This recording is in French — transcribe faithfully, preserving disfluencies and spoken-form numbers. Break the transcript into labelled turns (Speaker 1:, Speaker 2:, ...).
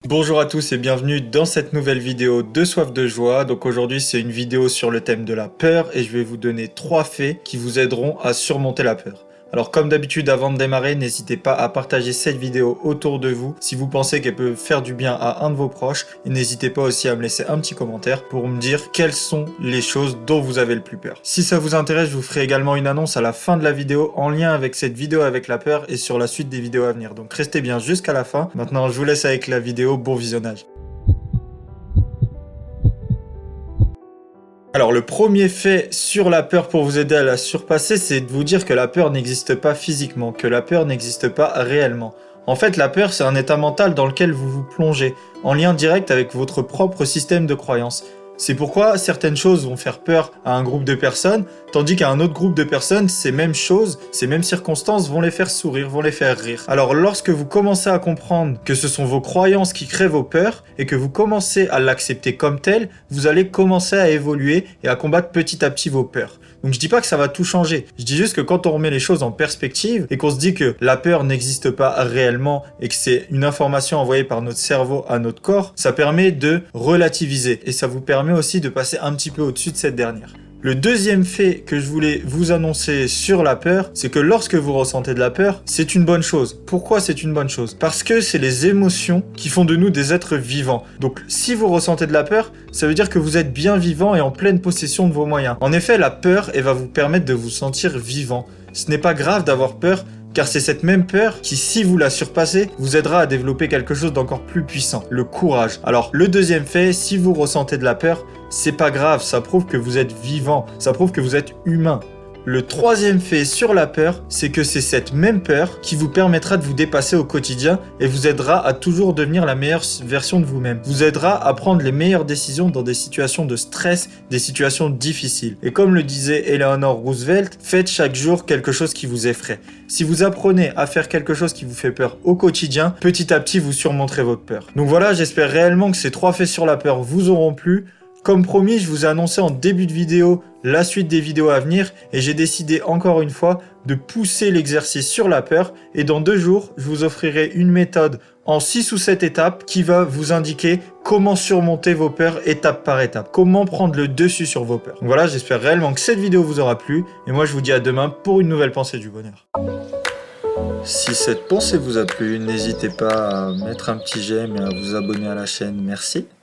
Speaker 1: Bonjour à tous et bienvenue dans cette nouvelle vidéo de Soif de Joie. Donc aujourd'hui c'est une vidéo sur le thème de la peur et je vais vous donner trois faits qui vous aideront à surmonter la peur. Alors comme d'habitude avant de démarrer, n'hésitez pas à partager cette vidéo autour de vous si vous pensez qu'elle peut faire du bien à un de vos proches. Et n'hésitez pas aussi à me laisser un petit commentaire pour me dire quelles sont les choses dont vous avez le plus peur. Si ça vous intéresse, je vous ferai également une annonce à la fin de la vidéo en lien avec cette vidéo avec la peur et sur la suite des vidéos à venir. Donc restez bien jusqu'à la fin. Maintenant je vous laisse avec la vidéo, bon visionnage. Alors le premier fait sur la peur pour vous aider à la surpasser, c'est de vous dire que la peur n'existe pas physiquement, que la peur n'existe pas réellement. En fait, la peur, c'est un état mental dans lequel vous vous plongez, en lien direct avec votre propre système de croyance. C'est pourquoi certaines choses vont faire peur à un groupe de personnes, tandis qu'à un autre groupe de personnes, ces mêmes choses, ces mêmes circonstances vont les faire sourire, vont les faire rire. Alors lorsque vous commencez à comprendre que ce sont vos croyances qui créent vos peurs, et que vous commencez à l'accepter comme tel, vous allez commencer à évoluer et à combattre petit à petit vos peurs. Donc je dis pas que ça va tout changer, je dis juste que quand on remet les choses en perspective et qu'on se dit que la peur n'existe pas réellement et que c'est une information envoyée par notre cerveau à notre corps, ça permet de relativiser et ça vous permet aussi de passer un petit peu au-dessus de cette dernière. Le deuxième fait que je voulais vous annoncer sur la peur, c'est que lorsque vous ressentez de la peur, c'est une bonne chose. Pourquoi c'est une bonne chose? Parce que c'est les émotions qui font de nous des êtres vivants. Donc si vous ressentez de la peur, ça veut dire que vous êtes bien vivant et en pleine possession de vos moyens. En effet, la peur, elle va vous permettre de vous sentir vivant. Ce n'est pas grave d'avoir peur, car c'est cette même peur qui, si vous la surpassez, vous aidera à développer quelque chose d'encore plus puissant, le courage. Alors, le deuxième fait, si vous ressentez de la peur, c'est pas grave, ça prouve que vous êtes vivant, ça prouve que vous êtes humain. Le troisième fait sur la peur, c'est que c'est cette même peur qui vous permettra de vous dépasser au quotidien et vous aidera à toujours devenir la meilleure version de vous-même. Vous aidera à prendre les meilleures décisions dans des situations de stress, des situations difficiles. Et comme le disait Eleanor Roosevelt, faites chaque jour quelque chose qui vous effraie. Si vous apprenez à faire quelque chose qui vous fait peur au quotidien, petit à petit vous surmonterez votre peur. Donc voilà, j'espère réellement que ces trois faits sur la peur vous auront plu. Comme promis, je vous ai annoncé en début de vidéo la suite des vidéos à venir et j'ai décidé encore une fois de pousser l'exercice sur la peur et dans deux jours, je vous offrirai une méthode en six ou sept étapes qui va vous indiquer comment surmonter vos peurs étape par étape, comment prendre le dessus sur vos peurs. Donc voilà, j'espère réellement que cette vidéo vous aura plu et moi je vous dis à demain pour une nouvelle pensée du bonheur. Si cette pensée vous a plu, n'hésitez pas à mettre un petit j'aime et à vous abonner à la chaîne, merci.